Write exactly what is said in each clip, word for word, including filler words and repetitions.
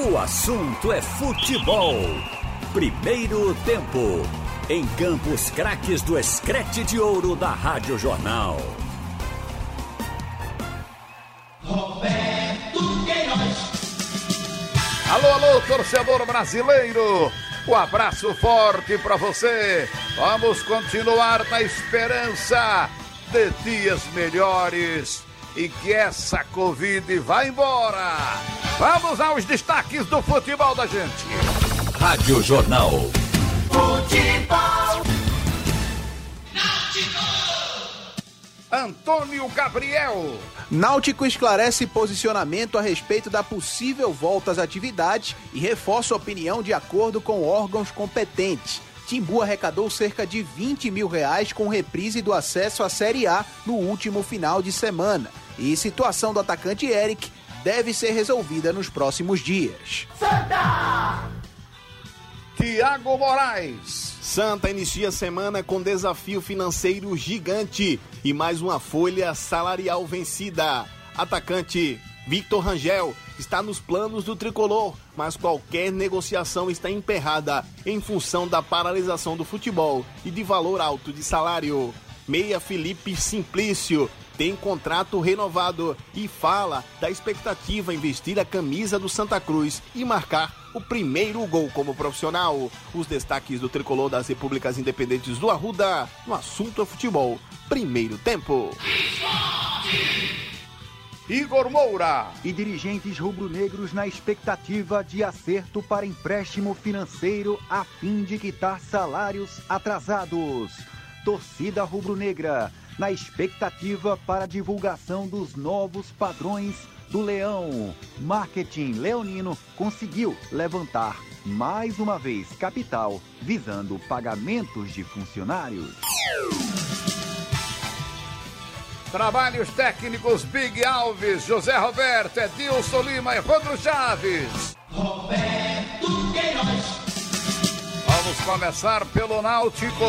O assunto é futebol. Primeiro tempo. Em Campos Craques do Escrete de Ouro da Rádio Jornal. Roberto Queiroz. Alô, alô, torcedor brasileiro. Um abraço forte pra você. Vamos continuar na esperança de dias melhores e que essa Covid vá embora. Vamos aos destaques do futebol da gente. Rádio Jornal. Futebol. Antônio Gabriel. Náutico esclarece posicionamento a respeito da possível volta às atividades e reforça a opinião de acordo com órgãos competentes. Timbu arrecadou cerca de vinte mil reais com reprise do acesso à Série A no último final de semana. E situação do atacante Eric deve ser resolvida nos próximos dias. Santa! Tiago Moraes. Santa inicia a semana com desafio financeiro gigante e mais uma folha salarial vencida. Atacante Victor Rangel está nos planos do tricolor, mas qualquer negociação está emperrada em função da paralisação do futebol e de valor alto de salário. Meia Felipe Simplício tem contrato renovado e fala da expectativa em vestir a camisa do Santa Cruz e marcar o primeiro gol como profissional. Os destaques do tricolor das Repúblicas Independentes do Arruda no assunto é futebol. Primeiro tempo. Igor Moura. E dirigentes rubro-negros na expectativa de acerto para empréstimo financeiro a fim de quitar salários atrasados. Torcida rubro-negra na expectativa para divulgação dos novos padrões do Leão. Marketing leonino conseguiu levantar mais uma vez capital visando pagamentos de funcionários. Trabalhos técnicos Big Alves, José Roberto, Edilson Lima, Evandro Chaves. Roberto Queiroz. Vamos começar pelo Náutico.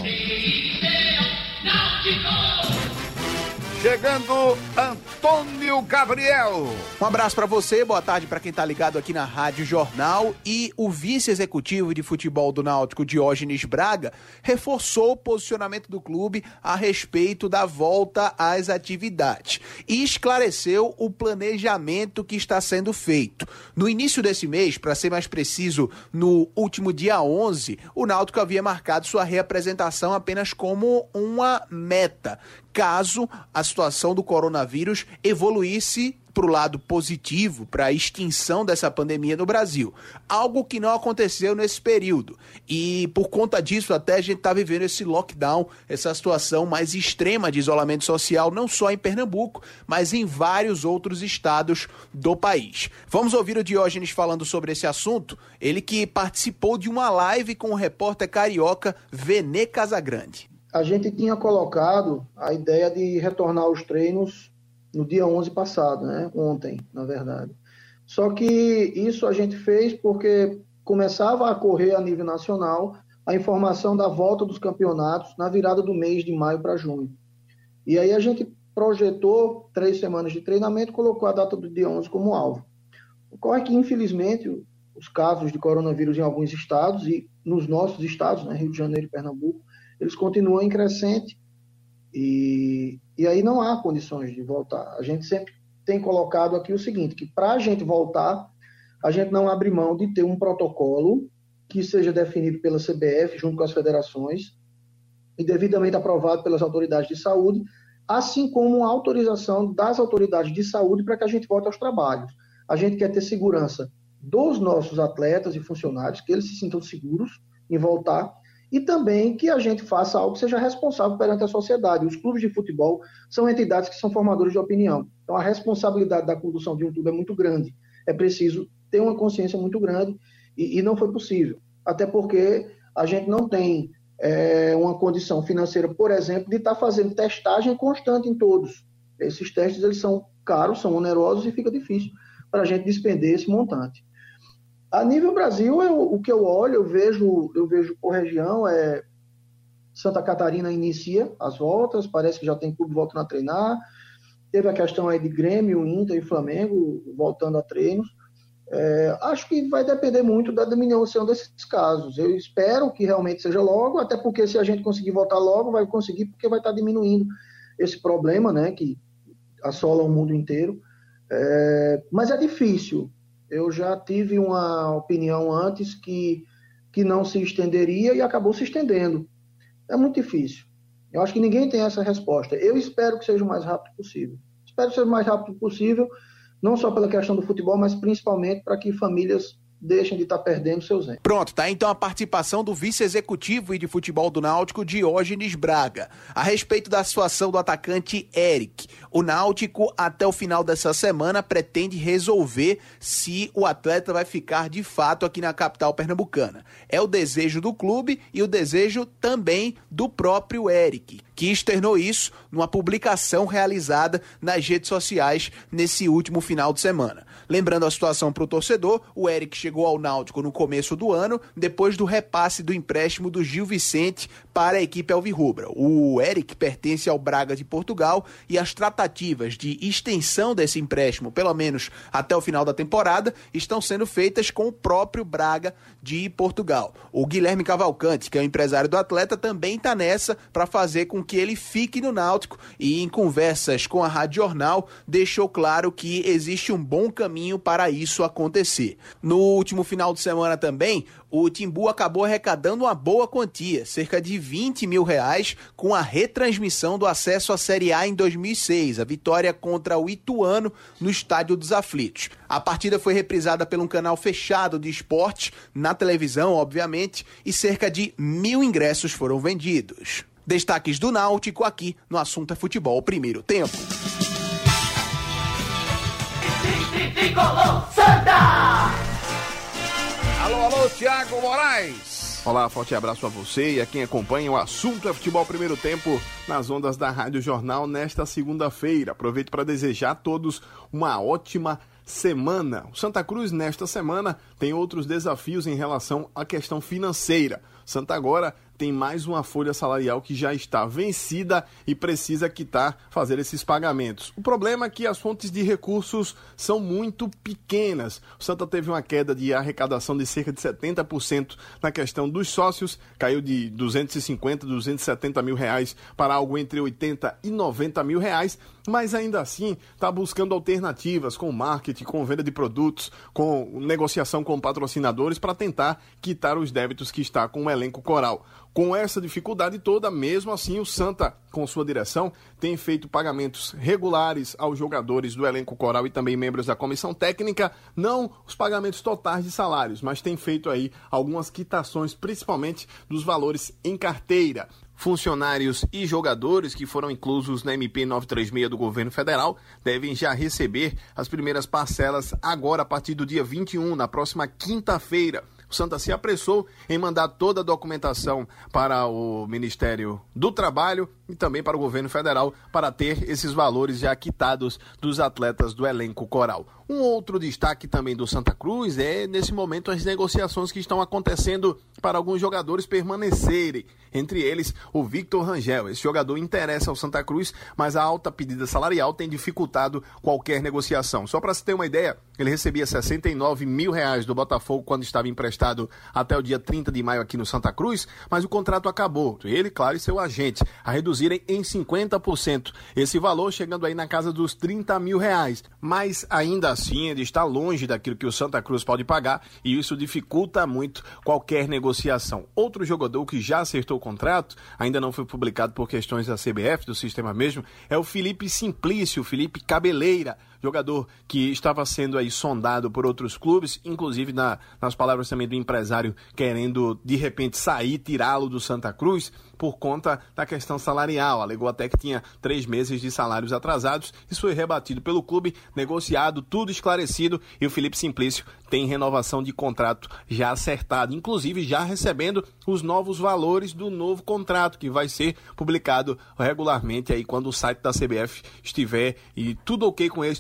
Chegando Antônio Gabriel. Um abraço para você, boa tarde para quem tá ligado aqui na Rádio Jornal. E o vice-executivo de futebol do Náutico, Diógenes Braga, reforçou o posicionamento do clube a respeito da volta às atividades e esclareceu o planejamento que está sendo feito. No início desse mês, para ser mais preciso, no último dia onze, o Náutico havia marcado sua reapresentação apenas como uma meta, caso a situação do coronavírus evoluísse para o lado positivo, para a extinção dessa pandemia no Brasil. Algo que não aconteceu nesse período. E por conta disso, até a gente está vivendo esse lockdown, essa situação mais extrema de isolamento social, não só em Pernambuco, mas em vários outros estados do país. Vamos ouvir o Diógenes falando sobre esse assunto, ele que participou de uma live com o repórter carioca Venê Casagrande. A gente tinha colocado a ideia de retornar aos treinos no dia onze passado, né? Ontem, na verdade. Só que isso a gente fez porque começava a correr a nível nacional a informação da volta dos campeonatos na virada do mês de maio para junho. E aí a gente projetou três semanas de treinamento e colocou a data do dia onze como alvo. Ocorre que, infelizmente, os casos de coronavírus em alguns estados e nos nossos estados, né, Rio de Janeiro e Pernambuco, eles continuam em crescente e, e aí não há condições de voltar. A gente sempre tem colocado aqui o seguinte, que para a gente voltar, a gente não abre mão de ter um protocolo que seja definido pela C B F, junto com as federações, e devidamente aprovado pelas autoridades de saúde, assim como a autorização das autoridades de saúde para que a gente volte aos trabalhos. A gente quer ter segurança dos nossos atletas e funcionários, que eles se sintam seguros em voltar, e também que a gente faça algo que seja responsável perante a sociedade. Os clubes de futebol são entidades que são formadores de opinião. Então, a responsabilidade da condução de um clube é muito grande. É preciso ter uma consciência muito grande e, e não foi possível. Até porque a gente não tem é, uma condição financeira, por exemplo, de estar fazendo testagem constante em todos. Esses testes eles são caros, são onerosos e fica difícil para a gente despender esse montante. A nível Brasil, eu, o que eu olho, eu vejo, eu vejo por região, é Santa Catarina inicia as voltas, parece que já tem clube voltando a treinar, teve a questão aí de Grêmio, Inter e Flamengo voltando a treinos, É, acho que vai depender muito da diminuição desses casos. Eu espero que realmente seja logo, até porque se a gente conseguir voltar logo, vai conseguir, porque vai estar diminuindo esse problema, né, que assola o mundo inteiro. É, mas é difícil. Eu já tive uma opinião antes que, que não se estenderia e acabou se estendendo. É muito difícil. Eu acho que ninguém tem essa resposta. Eu espero que seja o mais rápido possível. Espero que seja o mais rápido possível, não só pela questão do futebol, mas principalmente para que famílias deixem de estar perdendo seus entes. Pronto, tá então a participação do vice-executivo e de futebol do Náutico, Diógenes Braga, a respeito da situação do atacante Eric. O Náutico, até o final dessa semana, pretende resolver se o atleta vai ficar de fato aqui na capital pernambucana. É o desejo do clube e o desejo também do próprio Eric, que externou isso numa publicação realizada nas redes sociais nesse último final de semana. Lembrando a situação para o torcedor, o Eric chegou ao Náutico no começo do ano, depois do repasse do empréstimo do Gil Vicente para a equipe alvirrubra. O Eric pertence ao Braga de Portugal e as tratativas de extensão desse empréstimo, pelo menos até o final da temporada, estão sendo feitas com o próprio Braga de Portugal. O Guilherme Cavalcante, que é o empresário do atleta, também está nessa para fazer com que ele fique no Náutico e, em conversas com a Rádio Jornal, deixou claro que existe um bom caminho para isso acontecer. No último final de semana também, o Timbu acabou arrecadando uma boa quantia, cerca de vinte mil reais, com a retransmissão do acesso à Série A em dois mil e seis, a vitória contra o Ituano no Estádio dos Aflitos. A partida foi reprisada por um canal fechado de esportes, na televisão, obviamente, e cerca de mil ingressos foram vendidos. Destaques do Náutico aqui no Assunto é Futebol, primeiro tempo. Tricolor Santa! Alô, alô, Thiago Moraes. Olá, forte abraço a você e a quem acompanha o Assunto é Futebol Primeiro Tempo nas ondas da Rádio Jornal nesta segunda-feira. Aproveito para desejar a todos uma ótima semana. O Santa Cruz, nesta semana, tem outros desafios em relação à questão financeira. Santa agora tem mais uma folha salarial que já está vencida e precisa quitar, fazer esses pagamentos. O problema é que as fontes de recursos são muito pequenas. O Santa teve uma queda de arrecadação de cerca de setenta por cento na questão dos sócios, caiu de duzentos e cinquenta, duzentos e setenta mil reais para algo entre oitenta e noventa mil reais, mas ainda assim está buscando alternativas com marketing, com venda de produtos, com negociação com patrocinadores para tentar quitar os débitos que está com o elenco coral. Com essa dificuldade toda, mesmo assim, o Santa, com sua direção, tem feito pagamentos regulares aos jogadores do elenco coral e também membros da comissão técnica, não os pagamentos totais de salários, mas tem feito aí algumas quitações, principalmente dos valores em carteira. Funcionários e jogadores que foram inclusos na M P novecentos e trinta e seis do governo federal devem já receber as primeiras parcelas agora a partir do dia vinte e um, na próxima quinta-feira. O Santa se apressou em mandar toda a documentação para o Ministério do Trabalho e também para o governo federal para ter esses valores já quitados dos atletas do elenco coral. Um outro destaque também do Santa Cruz é, nesse momento, as negociações que estão acontecendo para alguns jogadores permanecerem. Entre eles, o Victor Rangel. Esse jogador interessa ao Santa Cruz, mas a alta pedida salarial tem dificultado qualquer negociação. Só para se ter uma ideia, ele recebia sessenta e nove mil reais do Botafogo quando estava emprestado até o dia trinta de maio aqui no Santa Cruz, mas o contrato acabou. Ele, claro, e seu agente, a reduzirem em cinquenta por cento esse valor, chegando aí na casa dos trinta mil reais. Mas ainda assim, ele está longe daquilo que o Santa Cruz pode pagar e isso dificulta muito qualquer negociação. Outro jogador que já acertou o contrato, ainda não foi publicado por questões da C B F, do sistema mesmo, é o Felipe Simplício, Felipe Cabeleira, jogador que estava sendo aí sondado por outros clubes, inclusive na, nas palavras também do empresário, querendo de repente sair, tirá-lo do Santa Cruz por conta da questão salarial. Alegou até que tinha três meses de salários atrasados. Isso foi rebatido pelo clube, negociado, tudo esclarecido e o Felipe Simplício tem renovação de contrato já acertado, inclusive já recebendo os novos valores do novo contrato que vai ser publicado regularmente aí quando o site da C B F estiver e tudo ok com este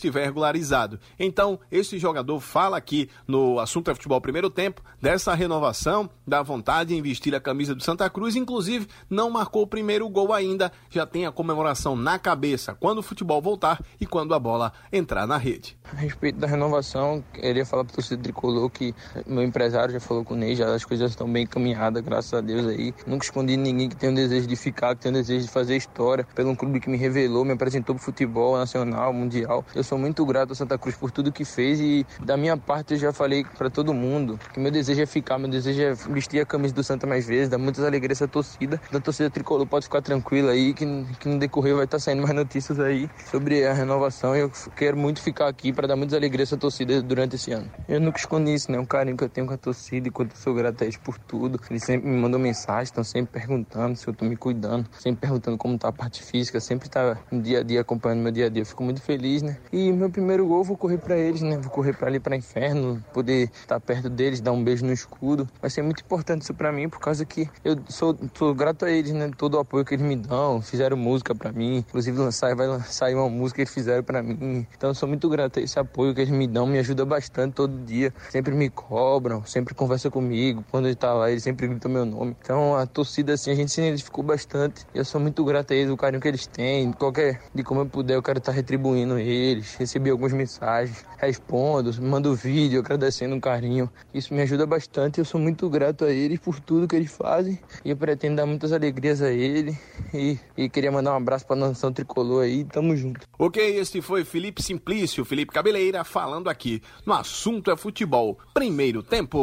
estiver regularizado. Então, esse jogador fala aqui no Assunto é Futebol Primeiro Tempo dessa renovação, da vontade em vestir a camisa do Santa Cruz, inclusive não marcou o primeiro gol ainda, já tem a comemoração na cabeça quando o futebol voltar e quando a bola entrar na rede. A respeito da renovação, queria falar para o torcedor tricolor que meu empresário já falou com o Ney, já as coisas estão bem encaminhadas, graças a Deus aí. Nunca escondi de ninguém que tem um desejo de ficar, que tem um desejo de fazer história, pelo um clube que me revelou, me apresentou para o futebol nacional, mundial. Eu sou muito grato ao Santa Cruz por tudo que fez e da minha parte eu já falei para todo mundo que meu desejo é ficar, meu desejo é vestir a camisa do Santa mais vezes, dar muitas alegrias à torcida. Da torcida tricolor pode ficar tranquila aí que, que no decorrer vai estar saindo mais notícias aí sobre a renovação e eu quero muito ficar aqui para dar muitas alegrias à torcida durante esse ano. Eu nunca escondi isso, né? O carinho que eu tenho com a torcida e quanto eu sou grato a eles por tudo. Eles sempre me mandam mensagem, estão sempre perguntando se eu estou me cuidando, sempre perguntando como está a parte física, sempre está no dia a dia acompanhando meu dia a dia. Eu fico muito feliz, né? E meu primeiro gol eu vou correr para eles, né? Vou correr para ali para Inferno, poder estar perto deles, dar um beijo no escudo. Vai ser muito importante isso para mim, por causa que eu sou, sou grato a eles, né? Todo o apoio que eles me dão, fizeram música para mim, inclusive lançar, vai sair uma música que eles fizeram para mim. Então eu sou muito grato a esse apoio que eles me dão, me ajuda bastante todo dia. Sempre me cobram, sempre conversam comigo. Quando eu tá lá, eles sempre gritam meu nome. Então a torcida, assim, a gente se identificou bastante. E eu sou muito grato a eles, o carinho que eles têm. Qualquer, de como eu puder, eu quero estar retribuindo eles. Recebi algumas mensagens, respondo, mando vídeo agradecendo o carinho. Isso me ajuda bastante. Eu sou muito grato a eles por tudo que eles fazem. E eu pretendo dar muitas alegrias a eles. E, e queria mandar um abraço para a nação tricolor aí. Tamo junto. Ok, este foi Felipe Simplício, Felipe Cabeleira, falando aqui no Assunto é Futebol. Primeiro tempo.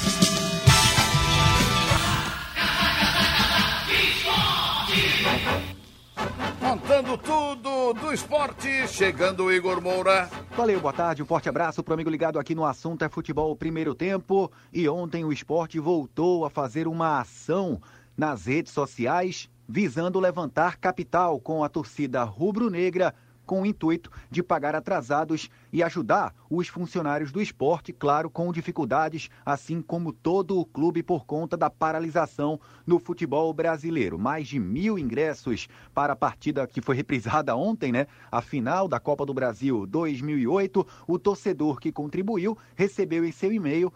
Contando tudo do esporte, chegando o Igor Moura. Valeu, boa tarde, um forte abraço para o amigo ligado aqui no Assunto é Futebol Primeiro Tempo. E ontem o esporte voltou a fazer uma ação nas redes sociais visando levantar capital com a torcida rubro-negra, com o intuito de pagar atrasados e ajudar os funcionários do esporte, claro, com dificuldades, assim como todo o clube por conta da paralisação no futebol brasileiro. Mais de mil ingressos para a partida que foi reprisada ontem, né? A final da Copa do Brasil dois mil e oito. O torcedor que contribuiu recebeu em seu e-mail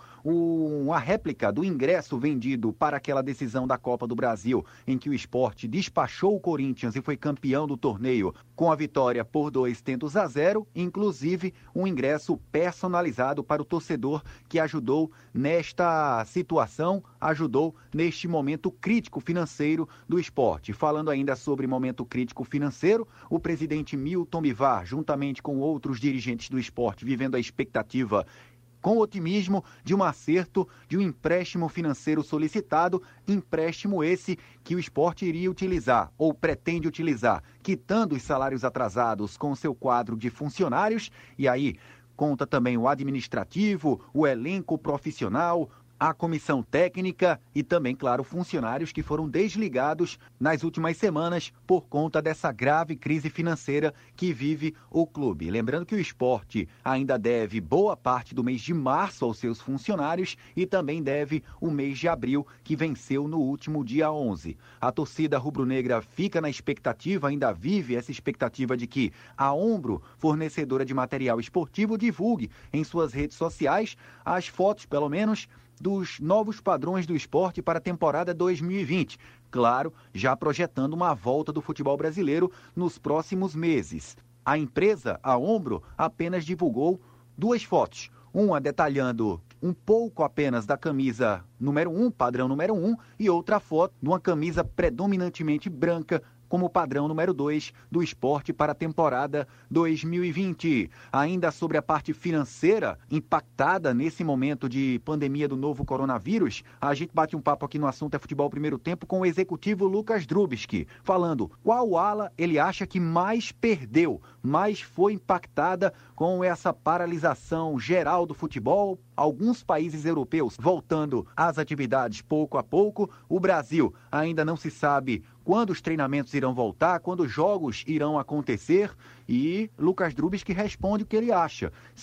uma réplica do ingresso vendido para aquela decisão da Copa do Brasil, em que o esporte despachou o Corinthians e foi campeão do torneio com a vitória por por dois tentos a zero, inclusive um ingresso personalizado para o torcedor que ajudou nesta situação, ajudou neste momento crítico financeiro do esporte. Falando ainda sobre momento crítico financeiro, o presidente Milton Bivar, juntamente com outros dirigentes do esporte, vivendo a expectativa com otimismo de um acerto de um empréstimo financeiro solicitado, empréstimo esse que o esporte iria utilizar, ou pretende utilizar, quitando os salários atrasados com seu quadro de funcionários, e aí conta também o administrativo, o elenco profissional, a comissão técnica e também, claro, funcionários que foram desligados nas últimas semanas por conta dessa grave crise financeira que vive o clube. Lembrando que o esporte ainda deve boa parte do mês de março aos seus funcionários e também deve o mês de abril, que venceu no último dia onze. A torcida rubro-negra fica na expectativa, ainda vive essa expectativa de que a Ombro, fornecedora de material esportivo, divulgue em suas redes sociais as fotos, pelo menos, dos novos padrões do esporte para a temporada dois mil e vinte. Claro, já projetando uma volta do futebol brasileiro nos próximos meses. A empresa, a Ombro, apenas divulgou duas fotos. Uma detalhando um pouco apenas da camisa número um, padrão número um, e outra foto de uma camisa predominantemente branca, como padrão número dois do esporte para a temporada dois mil e vinte. Ainda sobre a parte financeira impactada nesse momento de pandemia do novo coronavírus, a gente bate um papo aqui no Assunto é Futebol Primeiro Tempo com o executivo Lucas Drubsky, falando qual ala ele acha que mais perdeu, mais foi impactada com essa paralisação geral do futebol. Alguns países europeus voltando às atividades pouco a pouco. O Brasil ainda não se sabe quando os treinamentos irão voltar, quando os jogos irão acontecer. E Lucas Drubsky responde o que ele acha. Se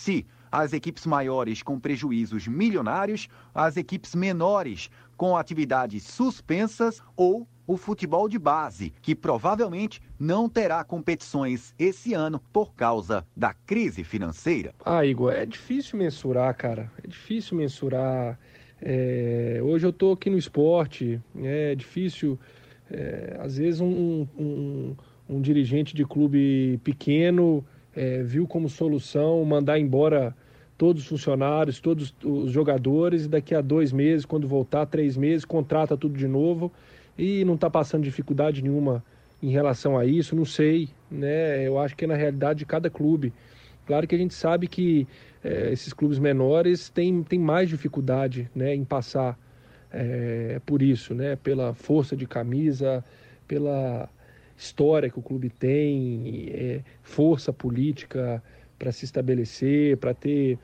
as equipes maiores com prejuízos milionários, as equipes menores com atividades suspensas ou o futebol de base, que provavelmente não terá competições esse ano por causa da crise financeira. Ah, Igor, é difícil mensurar, cara. É difícil mensurar. É... Hoje eu tô aqui no esporte, é difícil. É... Às vezes um, um, um dirigente de clube pequeno é, viu como solução mandar embora todos os funcionários, todos os jogadores, e daqui a dois meses, quando voltar, três meses, contrata tudo de novo. E não está passando dificuldade nenhuma em relação a isso, não sei, né? Eu acho que é na realidade de cada clube. Claro que a gente sabe que é, esses clubes menores têm, têm mais dificuldade, né, em passar é, por isso, né? Pela força de camisa, pela história que o clube tem, é, força política para se estabelecer, para ter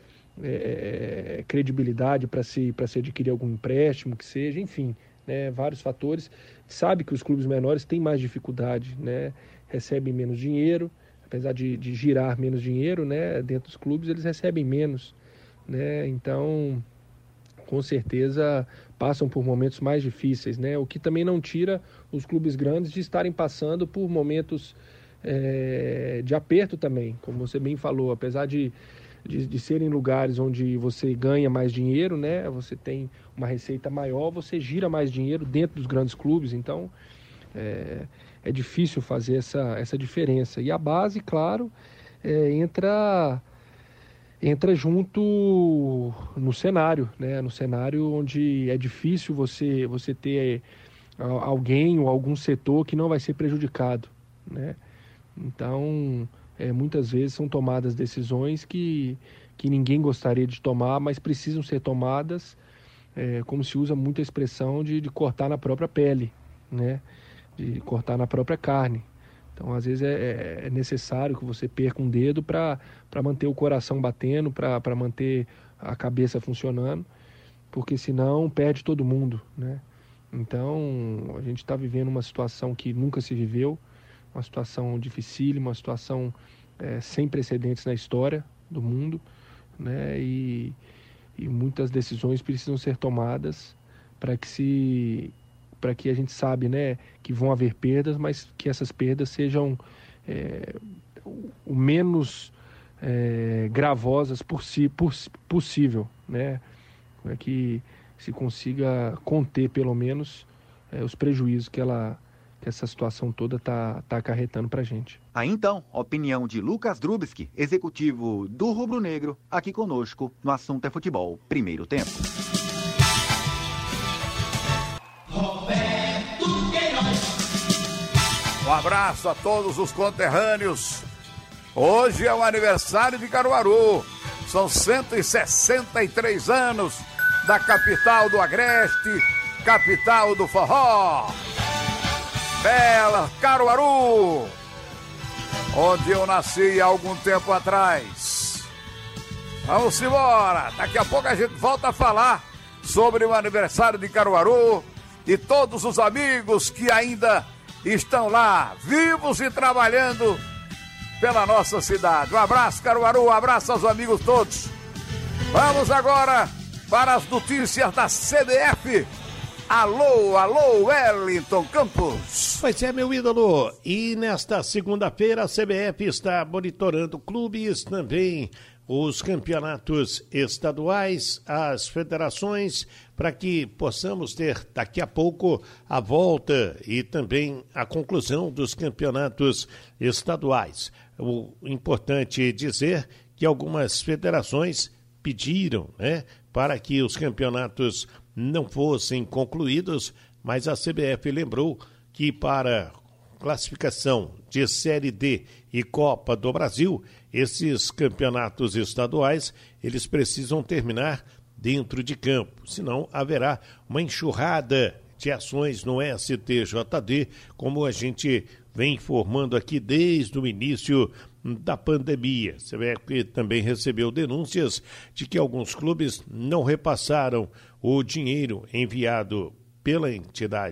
é, credibilidade para se, para se adquirir algum empréstimo, que seja, enfim. Né, vários fatores. Sabe que os clubes menores têm mais dificuldade, né, recebem menos dinheiro, apesar de, de girar menos dinheiro, né, dentro dos clubes, eles recebem menos, né, então com certeza passam por momentos mais difíceis, né, o que também não tira os clubes grandes de estarem passando por momentos é, de aperto também, como você bem falou, apesar de De, de serem lugares onde você ganha mais dinheiro, né? Você tem uma receita maior, você gira mais dinheiro dentro dos grandes clubes, então é, é difícil fazer essa, essa diferença. E a base, claro, é, entra, entra junto no cenário, né? No cenário onde é difícil você, você ter alguém ou algum setor que não vai ser prejudicado, né? Então... É, muitas vezes são tomadas decisões que, que ninguém gostaria de tomar, mas precisam ser tomadas, é, como se usa muita expressão de, de cortar na própria pele, né? De cortar na própria carne. Então, às vezes, é, é necessário que você perca um dedo para manter o coração batendo, para manter a cabeça funcionando, porque senão perde todo mundo, né? Então, a gente está vivendo uma situação que nunca se viveu, uma situação dificílima, uma situação é, sem precedentes na história do mundo, né? E, e muitas decisões precisam ser tomadas para que se, para que a gente sabe, né, que vão haver perdas, mas que essas perdas sejam é, o menos é, gravosas por si, por, possível, né? Para que se consiga conter pelo menos é, os prejuízos que ela que essa situação toda está tá acarretando para a gente. Aí então, opinião de Lucas Drubski, executivo do Rubro Negro, aqui conosco no Assunto é Futebol, primeiro tempo. Roberto Queiroz. Um abraço a todos os conterrâneos. Hoje é o aniversário de Caruaru. São cento e sessenta e três anos da capital do Agreste, capital do forró. Bela Caruaru, onde eu nasci há algum tempo atrás. Vamos embora, daqui a pouco a gente volta a falar sobre o aniversário de Caruaru e todos os amigos que ainda estão lá, vivos e trabalhando pela nossa cidade. Um abraço, Caruaru, um abraço aos amigos todos. Vamos agora para as notícias da C B F. Alô, alô, Wellington Campos. Pois é, meu ídolo. E nesta segunda-feira a C B F está monitorando clubes, também os campeonatos estaduais, as federações, para que possamos ter daqui a pouco a volta e também a conclusão dos campeonatos estaduais. O importante dizer que algumas federações pediram, né, para que os campeonatos não fossem concluídos, mas a C B F lembrou que para classificação de Série D e Copa do Brasil, esses campeonatos estaduais, eles precisam terminar dentro de campo, senão haverá uma enxurrada de ações no S T J D, como a gente vem informando aqui desde o início da pandemia. C B F também recebeu denúncias de que alguns clubes não repassaram o dinheiro enviado pela entidade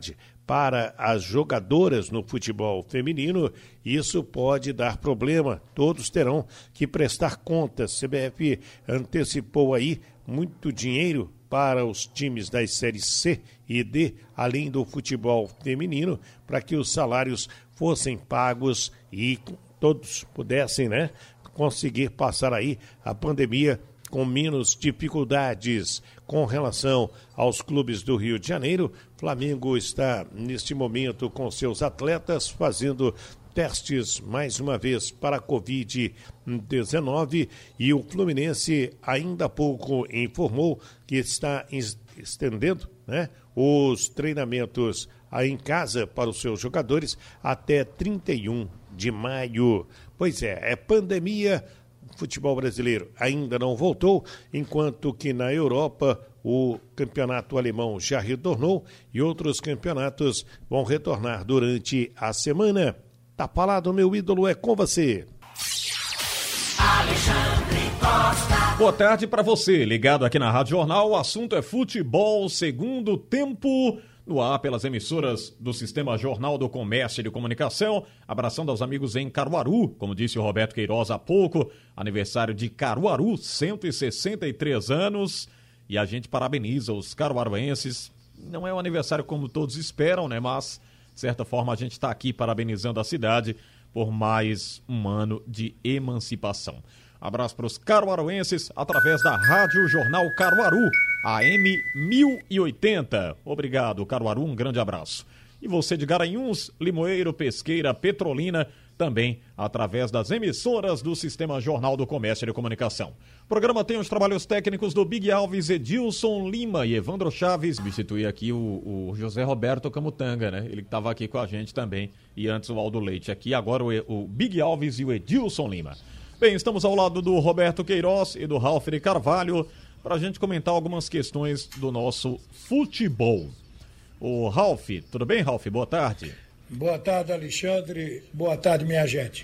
para as jogadoras no futebol feminino, isso pode dar problema. Todos terão que prestar contas. C B F antecipou aí muito dinheiro para os times das séries C e D, além do futebol feminino, para que os salários fossem pagos e todos pudessem, né, conseguir passar aí a pandemia com menos dificuldades. Com relação aos clubes do Rio de Janeiro, Flamengo está neste momento com seus atletas fazendo testes mais uma vez para a covid dezenove e o Fluminense ainda há pouco informou que está estendendo, né, os treinamentos aí em casa para os seus jogadores até trinta e um de maio. Pois é, é pandemia. O futebol brasileiro ainda não voltou, enquanto que na Europa o campeonato alemão já retornou e outros campeonatos vão retornar durante a semana. Tá falado, meu ídolo, é com você. Alexandre Costa. Boa tarde para você, ligado aqui na Rádio Jornal. O assunto é futebol, segundo tempo, no ar pelas emissoras do Sistema Jornal do Comércio e de Comunicação. Abraçando aos amigos em Caruaru, como disse o Roberto Queiroz há pouco, aniversário de Caruaru, cento e sessenta e três anos, e a gente parabeniza os caruaruenses. Não é um aniversário como todos esperam, né, mas de certa forma a gente está aqui parabenizando a cidade por mais um ano de emancipação. Abraço para os caruaruenses através da Rádio Jornal Caruaru, A M mil e oitenta. Obrigado, Caruaru, um grande abraço. E você de Garanhuns, Limoeiro, Pesqueira, Petrolina, também através das emissoras do Sistema Jornal do Comércio e de Comunicação. O programa tem os trabalhos técnicos do Big Alves, Edilson Lima e Evandro Chaves. Substitui aqui o, o José Roberto Camutanga, né? Ele que estava aqui com a gente também, e antes o Aldo Leite aqui, agora o, o Big Alves e o Edilson Lima. Bem, estamos ao lado do Roberto Queiroz e do Ralf de Carvalho para a gente comentar algumas questões do nosso futebol. O Ralf, tudo bem, Ralf? Boa tarde. Boa tarde, Alexandre. Boa tarde, minha gente.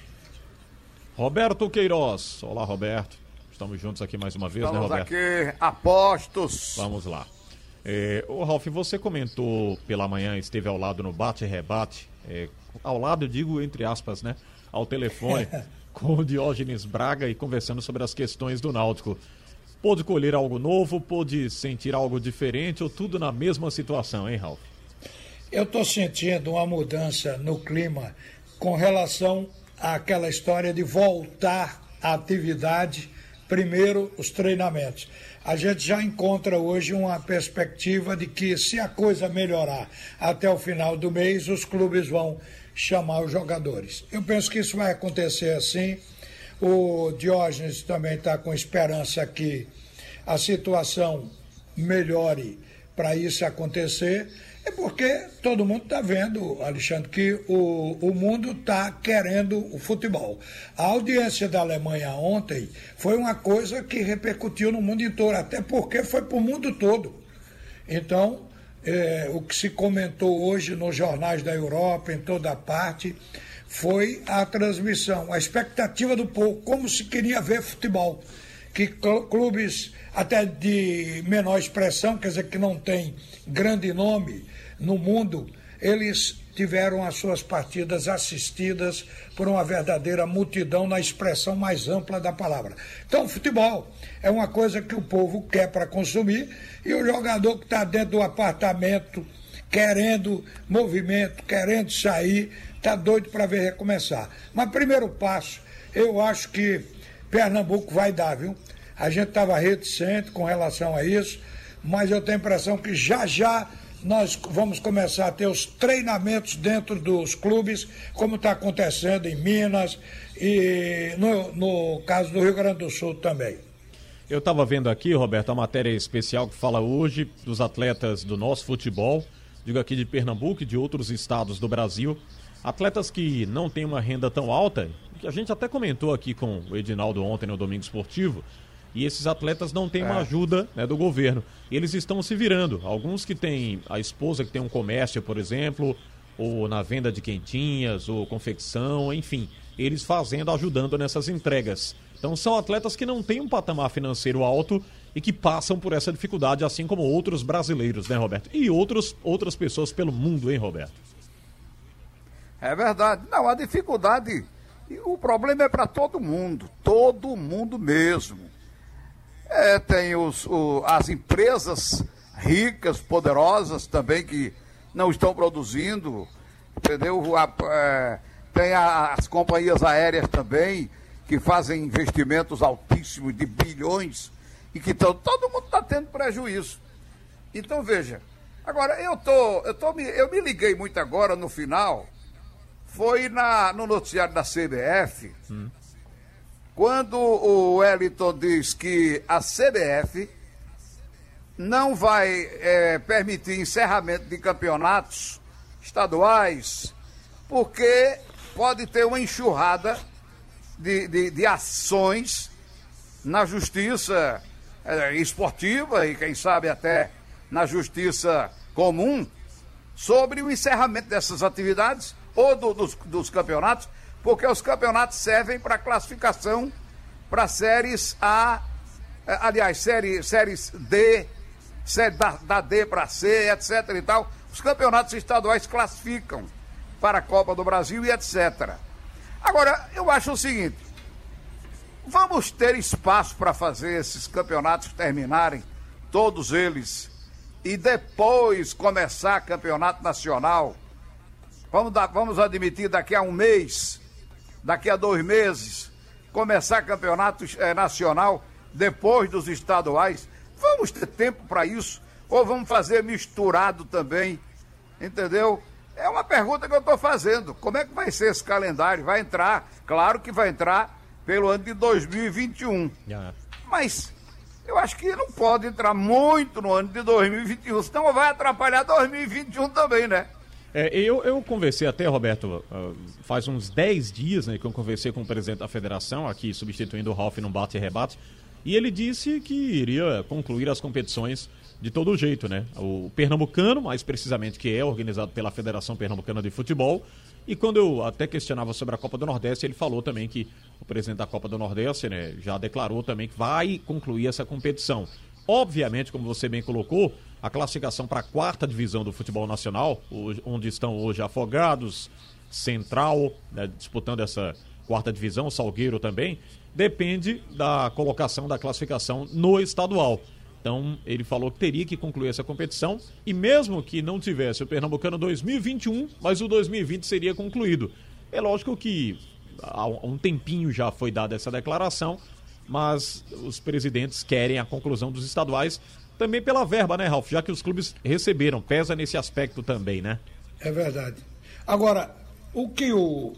Roberto Queiroz. Olá, Roberto. Estamos juntos aqui mais uma vez, Estamos, né, Roberto? Estamos aqui, apostos. Vamos lá. É, ô, Ralf, você comentou pela manhã, esteve ao lado no bate-rebate, é, ao lado, eu digo entre aspas, né, ao telefone, com o Diógenes Braga e conversando sobre as questões do Náutico. Pôde colher algo novo, pôde sentir algo diferente ou tudo na mesma situação, hein, Ralf? Eu estou sentindo uma mudança no clima com relação àquela história de voltar à atividade, primeiro os treinamentos. A gente já encontra hoje uma perspectiva de que se a coisa melhorar até o final do mês, os clubes vão chamar os jogadores. Eu penso que isso vai acontecer assim. O Diógenes também está com esperança que a situação melhore para isso acontecer. É porque todo mundo está vendo, Alexandre, que o, o mundo está querendo o futebol. A audiência da Alemanha ontem foi uma coisa que repercutiu no mundo inteiro, até porque foi para o mundo todo. Então, é, o que se comentou hoje nos jornais da Europa, em toda parte, foi a transmissão, a expectativa do povo, como se queria ver futebol. Que clubes até de menor expressão, quer dizer, que não tem grande nome no mundo, eles tiveram as suas partidas assistidas por uma verdadeira multidão na expressão mais ampla da palavra. Então, futebol é uma coisa que o povo quer para consumir e o jogador que está dentro do apartamento querendo movimento, querendo sair, está doido para ver recomeçar. Mas primeiro passo, eu acho que Pernambuco vai dar, viu? A gente estava reticente com relação a isso, mas eu tenho a impressão que já já nós vamos começar a ter os treinamentos dentro dos clubes, como está acontecendo em Minas e no, no caso do Rio Grande do Sul também. Eu estava vendo aqui, Roberto, a matéria especial que fala hoje dos atletas do nosso futebol, digo aqui de Pernambuco e de outros estados do Brasil, atletas que não têm uma renda tão alta, que a gente até comentou aqui com o Edinaldo ontem no Domingo Esportivo, e esses atletas não têm é. uma ajuda, né, do governo. Eles estão se virando. Alguns que têm a esposa que tem um comércio, por exemplo, ou na venda de quentinhas, ou confecção, enfim. Eles fazendo, ajudando nessas entregas. Então são atletas que não têm um patamar financeiro alto e que passam por essa dificuldade, assim como outros brasileiros, né, Roberto? E outros, outras pessoas pelo mundo, hein, Roberto? É verdade. Não, a dificuldade, o problema é para todo mundo, todo mundo mesmo. É, tem os, o, as empresas ricas, poderosas também que não estão produzindo, entendeu? A, é, tem a, as companhias aéreas também que fazem investimentos altíssimos de bilhões e que tão, todo mundo está tendo prejuízo. Então veja, agora eu tô, eu tô, eu me liguei muito agora no final, foi na, no noticiário da C B F, hum. quando o Wellington diz que a C B F não vai é, permitir encerramento de campeonatos estaduais, porque pode ter uma enxurrada de, de, de ações na justiça é, esportiva e, quem sabe, até na justiça comum sobre o encerramento dessas atividades ou do, dos, dos campeonatos, porque os campeonatos servem para classificação para séries A, aliás, série, séries D, série da, da D para C, etc e tal. Os campeonatos estaduais classificam para a Copa do Brasil e etcétera. Agora, eu acho o seguinte, vamos ter espaço para fazer esses campeonatos terminarem, todos eles, e depois começar campeonato nacional. Vamos, dar, vamos admitir daqui a um mês, daqui a dois meses, começar campeonato é, nacional depois dos estaduais. Vamos ter tempo para isso? Ou vamos fazer misturado também? Entendeu? É uma pergunta que eu estou fazendo. Como é que vai ser esse calendário? Vai entrar? Claro que vai entrar pelo ano de dois mil e vinte e um. Yeah. Mas eu acho que não pode entrar muito no ano de dois mil e vinte e um, senão vai atrapalhar dois mil e vinte e um também, né? É, eu, eu conversei até, Roberto, faz uns dez dias, né, que eu conversei com o presidente da federação, aqui substituindo o Ralf num bate e rebate, e ele disse que iria concluir as competições de todo jeito, né? O Pernambucano, mais precisamente, que é organizado pela Federação Pernambucana de Futebol, e quando eu até questionava sobre a Copa do Nordeste, ele falou também que o presidente da Copa do Nordeste, né, já declarou também que vai concluir essa competição. Obviamente, como você bem colocou, a classificação para a quarta divisão do futebol nacional, onde estão hoje Afogados, Central, né, disputando essa quarta divisão, Salgueiro também, depende da colocação da classificação no estadual. Então, ele falou que teria que concluir essa competição e mesmo que não tivesse o Pernambucano dois mil e vinte e um, mas o dois mil e vinte seria concluído. É lógico que há um tempinho já foi dada essa declaração, mas os presidentes querem a conclusão dos estaduais também pela verba, né, Ralf? Já que os clubes receberam, pesa nesse aspecto também, né? É verdade. Agora, o que o,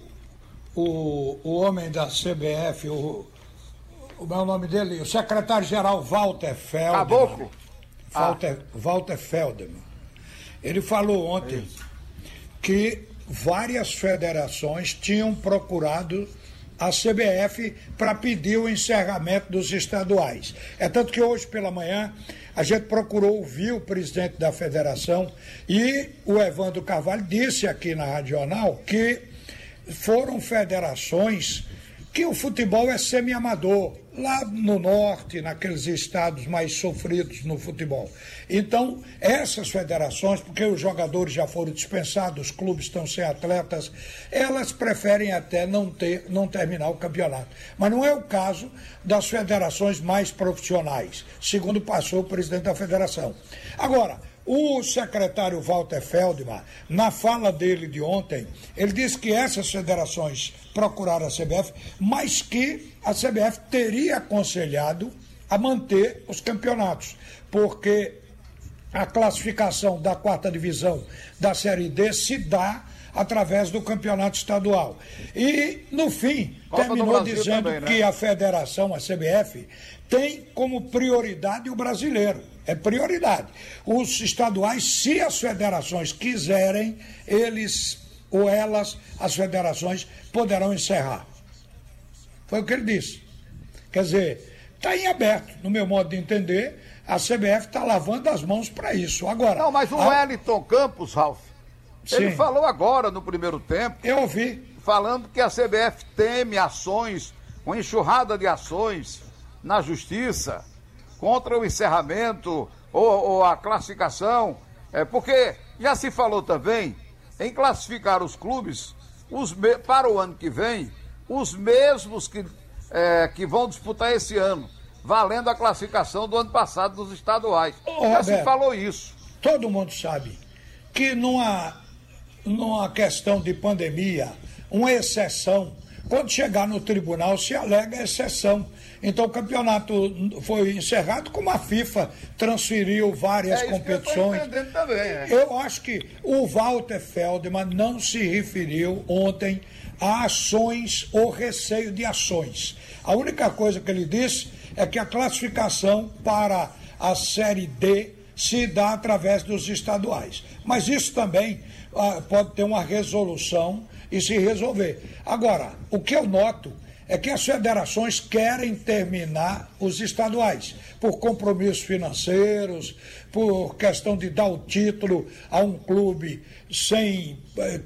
o, o homem da C B F, o... O meu nome dele, o secretário-geral Walter Feldman. Caboclo? Walter, ah. Walter Feldman. Ele falou ontem que várias federações tinham procurado a C B F para pedir o encerramento dos estaduais. É tanto que hoje pela manhã a gente procurou ouvir o presidente da federação e o Evandro Carvalho disse aqui na Rádio Jornal que foram federações que o futebol é semi-amador, lá no norte, naqueles estados mais sofridos no futebol. Então, essas federações, porque os jogadores já foram dispensados, os clubes estão sem atletas, elas preferem até não ter, não terminar o campeonato. Mas não é o caso das federações mais profissionais, segundo passou o presidente da federação. Agora, o secretário Walter Feldman, na fala dele de ontem, ele disse que essas federações procuraram a C B F, mas que a C B F teria aconselhado a manter os campeonatos, porque a classificação da quarta divisão da Série D se dá através do campeonato estadual. E, no fim, Copa terminou dizendo também, né? que a federação, a C B F, tem como prioridade o brasileiro. É prioridade. Os estaduais, se as federações quiserem, eles ou elas, as federações, poderão encerrar. Foi o que ele disse. Quer dizer, está em aberto, no meu modo de entender, a C B F está lavando as mãos para isso. Agora. Não, mas o a... Wellington Campos, Ralf, ele Sim. falou agora no primeiro tempo. Eu ouvi. Falando que a C B F teme ações, uma enxurrada de ações na justiça contra o encerramento ou, ou a classificação, é, porque já se falou também em classificar os clubes os me, para o ano que vem, os mesmos que, é, que vão disputar esse ano, valendo a classificação do ano passado dos estaduais. Ô, já Roberto, se falou isso. Todo mundo sabe que numa, numa questão de pandemia, uma exceção, quando chegar no tribunal se alega exceção. Então o campeonato foi encerrado como a FIFA transferiu várias é isso competições. Que eu tô entendendo também, é. Eu acho que o Walter Feldman não se referiu ontem a ações ou receio de ações. A única coisa que ele disse é que a classificação para a Série D se dá através dos estaduais. Mas isso também ah, pode ter uma resolução e se resolver. Agora, o que eu noto é que as federações querem terminar os estaduais, por compromissos financeiros, por questão de dar o título a um clube sem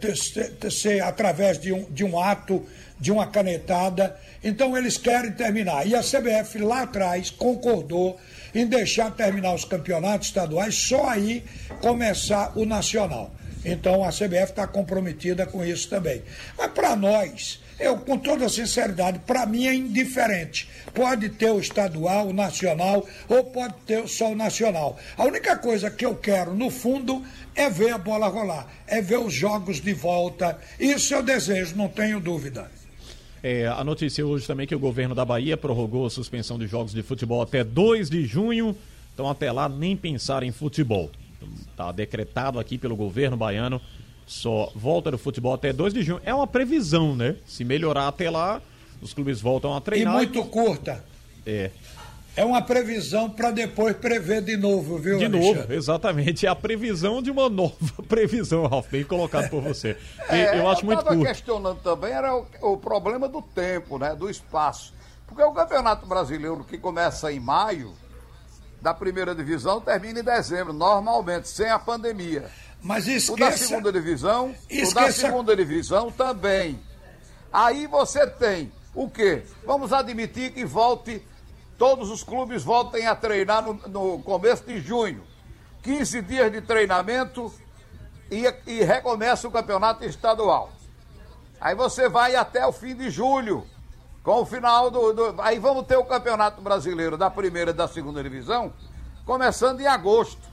ser através de um, de um ato, de uma canetada. Então eles querem terminar. E a C B F lá atrás concordou em deixar terminar os campeonatos estaduais, só aí começar o nacional. Então a C B F está comprometida com isso também. Mas para nós, eu com toda sinceridade, para mim é indiferente. Pode ter o estadual, o nacional, ou pode ter só o nacional. A única coisa que eu quero, no fundo, é ver a bola rolar, é ver os jogos de volta. Isso eu desejo, não tenho dúvida. É, a notícia hoje também é que o governo da Bahia prorrogou a suspensão de jogos de futebol até dois de junho. Então até lá nem pensar em futebol. Está decretado aqui pelo governo baiano, só volta do futebol até dois de junho. É uma previsão, né? Se melhorar até lá, os clubes voltam a treinar. E muito curta. É. É uma previsão para depois prever de novo, viu, De Alexandre? novo, exatamente. É a previsão de uma nova previsão, Ralf, bem colocado por você. É, eu acho eu muito curto. curto. questionando também era o, o problema do tempo, né? Do espaço. Porque o Campeonato Brasileiro, que começa em maio, da primeira divisão, termina em dezembro, normalmente, sem a pandemia. Mas esqueça... O da segunda divisão, esqueça... o da segunda divisão também. Aí você tem o quê? Vamos admitir que volte, todos os clubes voltem a treinar no, no começo de junho. quinze dias de treinamento e, e recomeça o campeonato estadual. Aí você vai até o fim de julho, com o final do, do... Aí vamos ter o Campeonato Brasileiro da primeira e da segunda divisão, começando em agosto.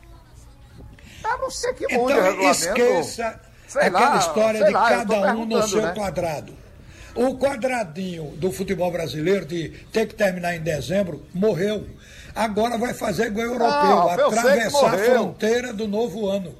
A não ser que mude então, o regulamento. Esqueça sei aquela lá, história sei de lá, cada um no seu né? quadrado. O quadradinho do futebol brasileiro de ter que terminar em dezembro morreu. Agora vai fazer igual o europeu, Não, atravessar a fronteira do novo ano.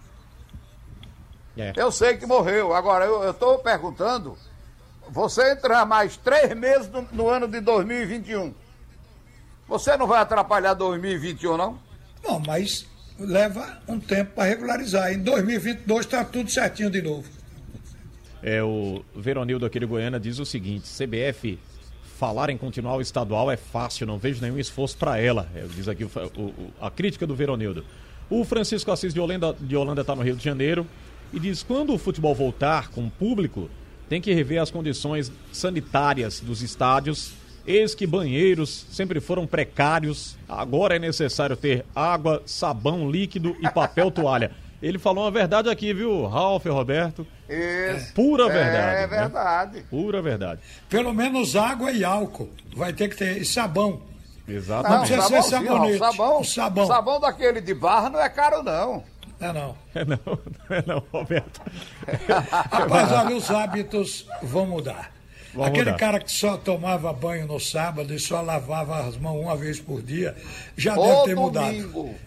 É. Eu sei que morreu. Agora, eu estou perguntando, você entrar mais três meses no, no ano de dois mil e vinte e um, você não vai atrapalhar dois mil e vinte e um, não? Não, mas leva um tempo para regularizar. Em dois mil e vinte e dois está tudo certinho de novo. É, o Veronildo aqui de Goiânia diz o seguinte: C B F falar em continuar o estadual é fácil, não vejo nenhum esforço para ela. É, diz aqui o, o, a crítica do Veronildo. O Francisco Assis de Holanda de Holanda está no Rio de Janeiro e diz: quando o futebol voltar com o público, tem que rever as condições sanitárias dos estádios. Eis que banheiros sempre foram precários, agora é necessário ter água, sabão líquido e papel toalha. Ele falou uma verdade aqui, viu, Ralf, Roberto? Isso. Pura verdade. É verdade. Né? Pura verdade. Pelo menos água e álcool. Vai ter que ter. E sabão. Exato. Não, não precisa ser sabonete. Sabão, o sabão. Sabão daquele de barra não é caro, não. É não. É não, não é não, Roberto. Rapaz, olha, os hábitos vão mudar. Vão Aquele mudar. cara que só tomava banho no sábado e só lavava as mãos uma vez por dia, já Ô, deve ter domingo. mudado.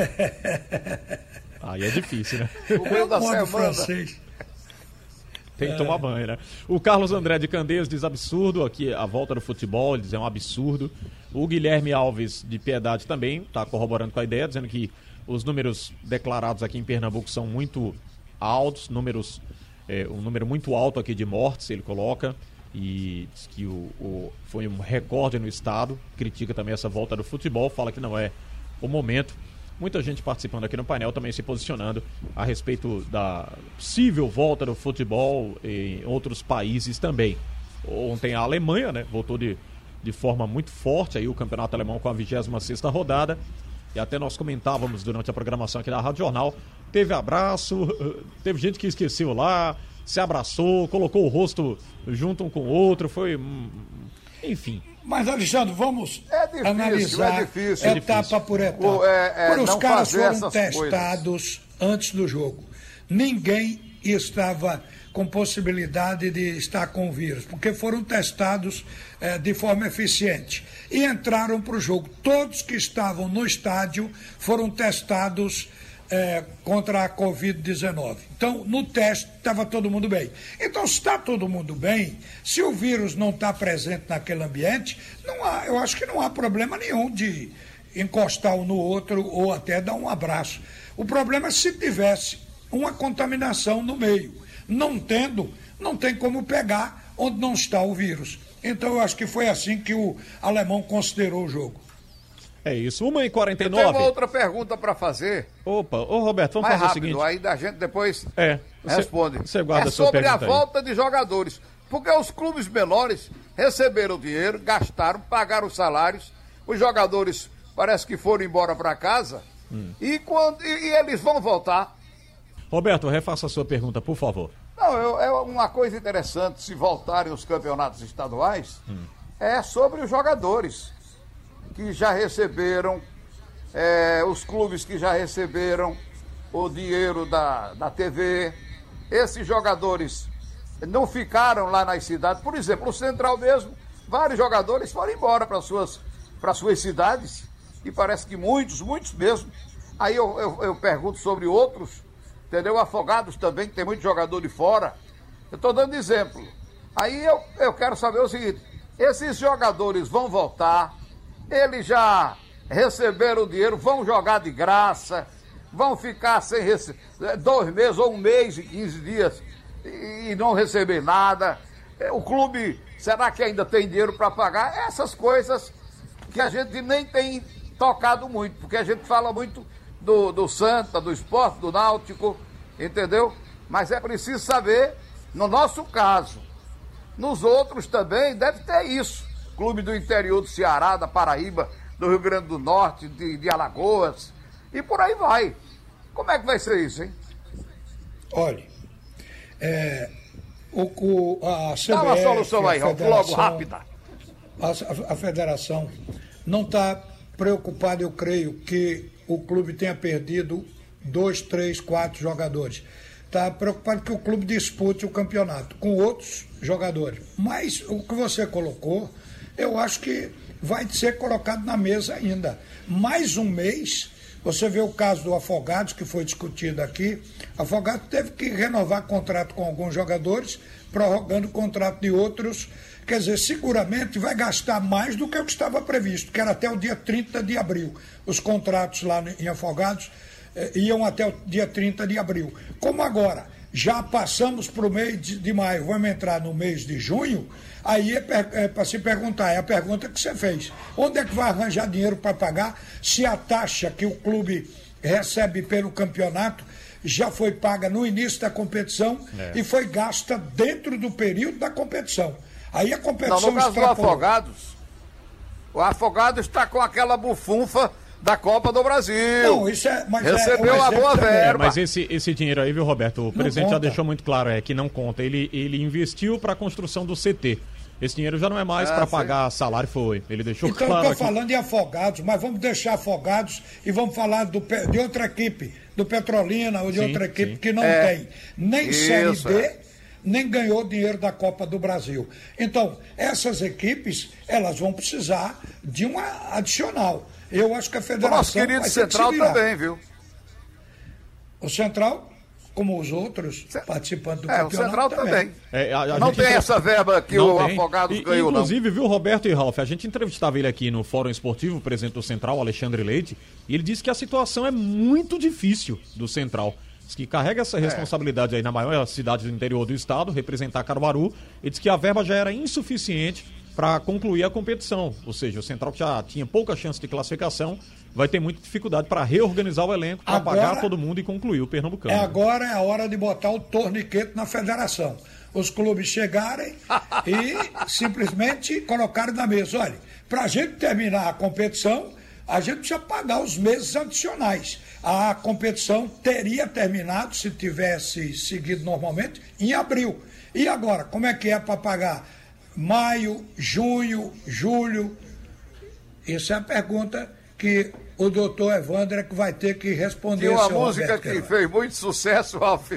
Aí é difícil, né? No meio da Modo semana. francês. Tem que tomar banho, né? O Carlos André de Candeias diz absurdo aqui a volta do futebol, ele diz é um absurdo. O Guilherme Alves de Piedade também está corroborando com a ideia, dizendo que os números declarados aqui em Pernambuco são muito altos, números, é, um número muito alto aqui de mortes, ele coloca, e diz que o, o, foi um recorde no estado, critica também essa volta do futebol, fala que não é o momento. Muita gente participando aqui no painel, também se posicionando a respeito da possível volta do futebol em outros países também. ontem a Alemanha, né? Voltou de, de forma muito forte aí o campeonato alemão com a vigésima sexta rodada. E até nós comentávamos durante a programação aqui da Rádio Jornal. Teve abraço, teve gente que esqueceu lá, se abraçou, colocou o rosto junto um com o outro, foi... Enfim. Mas, Alexandre, vamos é difícil, analisar é difícil, etapa é por etapa. O, é, é, Quando os caras foram testados coisas. antes do jogo, ninguém estava com possibilidade de estar com o vírus, porque foram testados eh, de forma eficiente e entraram para o jogo. Todos que estavam no estádio foram testados eh, contra a covid dezenove. Então, no teste, estava todo mundo bem. Então, se está todo mundo bem, se o vírus não está presente naquele ambiente, não há, eu acho que não há problema nenhum de encostar um no outro ou até dar um abraço. O problema é se tivesse uma contaminação no meio. Não tendo, não tem como pegar onde não está o vírus. Então eu acho que foi assim que o alemão considerou o jogo. É isso, uma e quarenta e nove. Eu tenho uma outra pergunta para fazer. Opa, ô Roberto, vamos Mais fazer rápido, o seguinte. aí da gente depois é, responde. Você guarda é a sua sobre a pergunta volta aí. de jogadores. Porque os clubes menores receberam dinheiro, gastaram, pagaram os salários. Os jogadores parece que foram embora para casa. Hum. E, quando, e, e eles vão voltar. Roberto, refaça a sua pergunta, por favor. Não, eu, é uma coisa interessante, se voltarem os campeonatos estaduais, hum. é sobre os jogadores que já receberam, é, os clubes que já receberam o dinheiro da, da T V. Esses jogadores não ficaram lá nas cidades. Por exemplo, o Central mesmo, vários jogadores foram embora para suas, para suas cidades, e parece que muitos, muitos mesmo. Aí eu, eu, eu pergunto sobre outros, entendeu? Afogados também, que tem muito jogador de fora. Eu estou dando exemplo. Aí eu, eu quero saber o seguinte, esses jogadores vão voltar, eles já receberam o dinheiro, vão jogar de graça, vão ficar sem receber dois meses ou um mês e quinze dias e, e não receber nada. O clube, será que ainda tem dinheiro para pagar? Essas coisas que a gente nem tem tocado muito, porque a gente fala muito do, do Santa, do Sport, do Náutico, entendeu? Mas é preciso saber, no nosso caso, nos outros também deve ter isso. Clube do interior do Ceará, da Paraíba, do Rio Grande do Norte, de, de Alagoas, e por aí vai. Como é que vai ser isso, hein? Olha, é, o, o, a C B F... Dá uma solução aí, logo, rápida. A, a, a federação não está preocupada, eu creio, que o clube tenha perdido dois, três, quatro jogadores. Está preocupado que o clube dispute o campeonato com outros jogadores. Mas o que você colocou, eu acho que vai ser colocado na mesa ainda. Mais um mês, você vê o caso do Afogados, que foi discutido aqui. Afogados teve que renovar contrato com alguns jogadores, prorrogando o contrato de outros. Quer dizer, seguramente vai gastar mais do que o que estava previsto, que era até o dia trinta de abril. Os contratos lá em Afogados eh, iam até o dia trinta de abril. Como agora já passamos para o mês de, de maio, vamos entrar no mês de junho, aí é, é para se perguntar, é a pergunta que você fez. Onde é que vai arranjar dinheiro para pagar se a taxa que o clube recebe pelo campeonato já foi paga no início da competição é. e foi gasta dentro do período da competição? Aí a competição... Não, no caso extrapolou. do Afogados, o Afogados está com aquela bufunfa da Copa do Brasil. Não, isso é... Mas recebeu é um a boa também. verba. É, mas esse, esse dinheiro aí, viu, Roberto? O presidente já deixou muito claro, é que não conta. Ele, ele investiu para a construção do C T. Esse dinheiro já não é mais ah, para pagar salário, foi. Ele deixou então, claro eu aqui. estou falando de Afogados, mas vamos deixar Afogados e vamos falar do, de outra equipe, do Petrolina ou de sim, outra equipe sim. que não é. tem nem Isso, Série D... É. nem ganhou dinheiro da Copa do Brasil. Então, essas equipes, elas vão precisar de uma adicional. Eu acho que a federação... O nosso querido Central também, viu? O Central, como os outros, C... participando do é, campeonato o Central também. também. É, a, a não gente tem entra... essa verba que não o tem. Afogados e, ganhou, inclusive, não. viu, Roberto e Ralf, a gente entrevistava ele aqui no Fórum Esportivo, o presidente do Central, Alexandre Leite, e ele disse que a situação é muito difícil do Central. Que carrega essa responsabilidade aí na maior cidade do interior do estado, representar Caruaru, e diz que a verba já era insuficiente para concluir a competição. Ou seja, o Central, que já tinha pouca chance de classificação, vai ter muita dificuldade para reorganizar o elenco, para pagar todo mundo e concluir o Pernambucano. É agora é a hora de botar o torniquete na federação. os clubes chegarem e simplesmente colocarem na mesa. Olha, para a gente terminar a competição, a gente precisa pagar os meses adicionais. A competição teria terminado, se tivesse seguido normalmente, em abril. E agora, como é que é para pagar maio, junho, julho? Essa é a pergunta que o doutor Evandro é que vai ter que responder. Tem uma música Roberto que Queiroz. Fez muito sucesso, Ralf,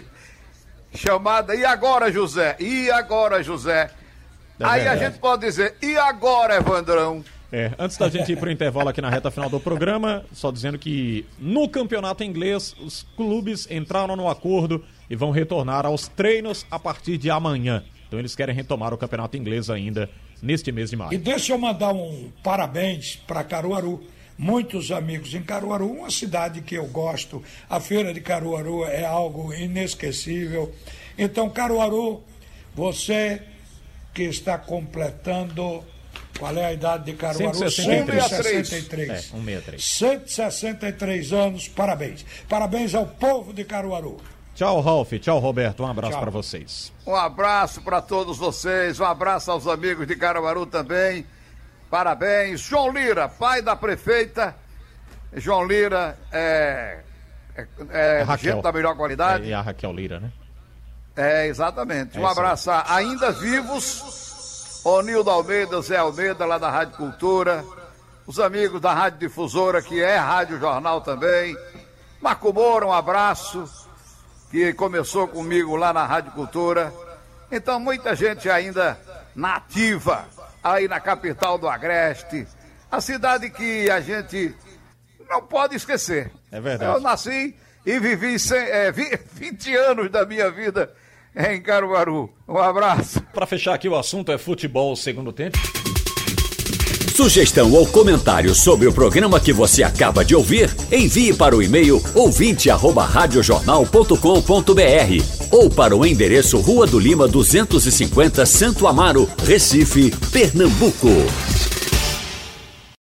chamada E Agora, José? E agora, José? É Aí verdade. A gente pode dizer, e agora, Evandrão? É, antes da gente ir para o intervalo aqui na reta final do programa, só dizendo que no campeonato inglês, os clubes entraram no acordo e vão retornar aos treinos a partir de amanhã. Então eles querem retomar o campeonato inglês ainda neste mês de maio. E deixa eu mandar um parabéns para Caruaru. Muitos amigos em Caruaru, uma cidade que eu gosto. A feira de Caruaru é algo inesquecível. Então, Caruaru, você que está completando... Qual é a idade de Caruaru? cento e sessenta e três. cento e sessenta e três. É, cento e sessenta e três. cento e sessenta e três anos, parabéns. Parabéns ao povo de Caruaru. Tchau, Ralf. Tchau, Roberto. Um abraço para vocês. Um abraço para todos vocês. Um abraço aos amigos de Caruaru também. Parabéns. João Lira, pai da prefeita. João Lira é, é, é, é gente da melhor qualidade. É, e a Raquel Lira, né? É, exatamente. É um abraço a ainda vivos. O Nildo Almeida, Zé Almeida, lá da Rádio Cultura. Os amigos da Rádio Difusora, que é Rádio Jornal também. Marco Moura, um abraço, que começou comigo lá na Rádio Cultura. Então, muita gente ainda nativa, aí na capital do Agreste. A cidade que a gente não pode esquecer. É verdade. Eu nasci e vivi é, vinte anos da minha vida em Caruaru. Um abraço. Para fechar aqui, o assunto é futebol segundo tempo. Sugestão ou comentário sobre o programa que você acaba de ouvir, envie para o e-mail ouvinte arroba radiojornal ponto com ponto br ou para o endereço Rua do Lima duzentos e cinquenta, Santo Amaro, Recife, Pernambuco.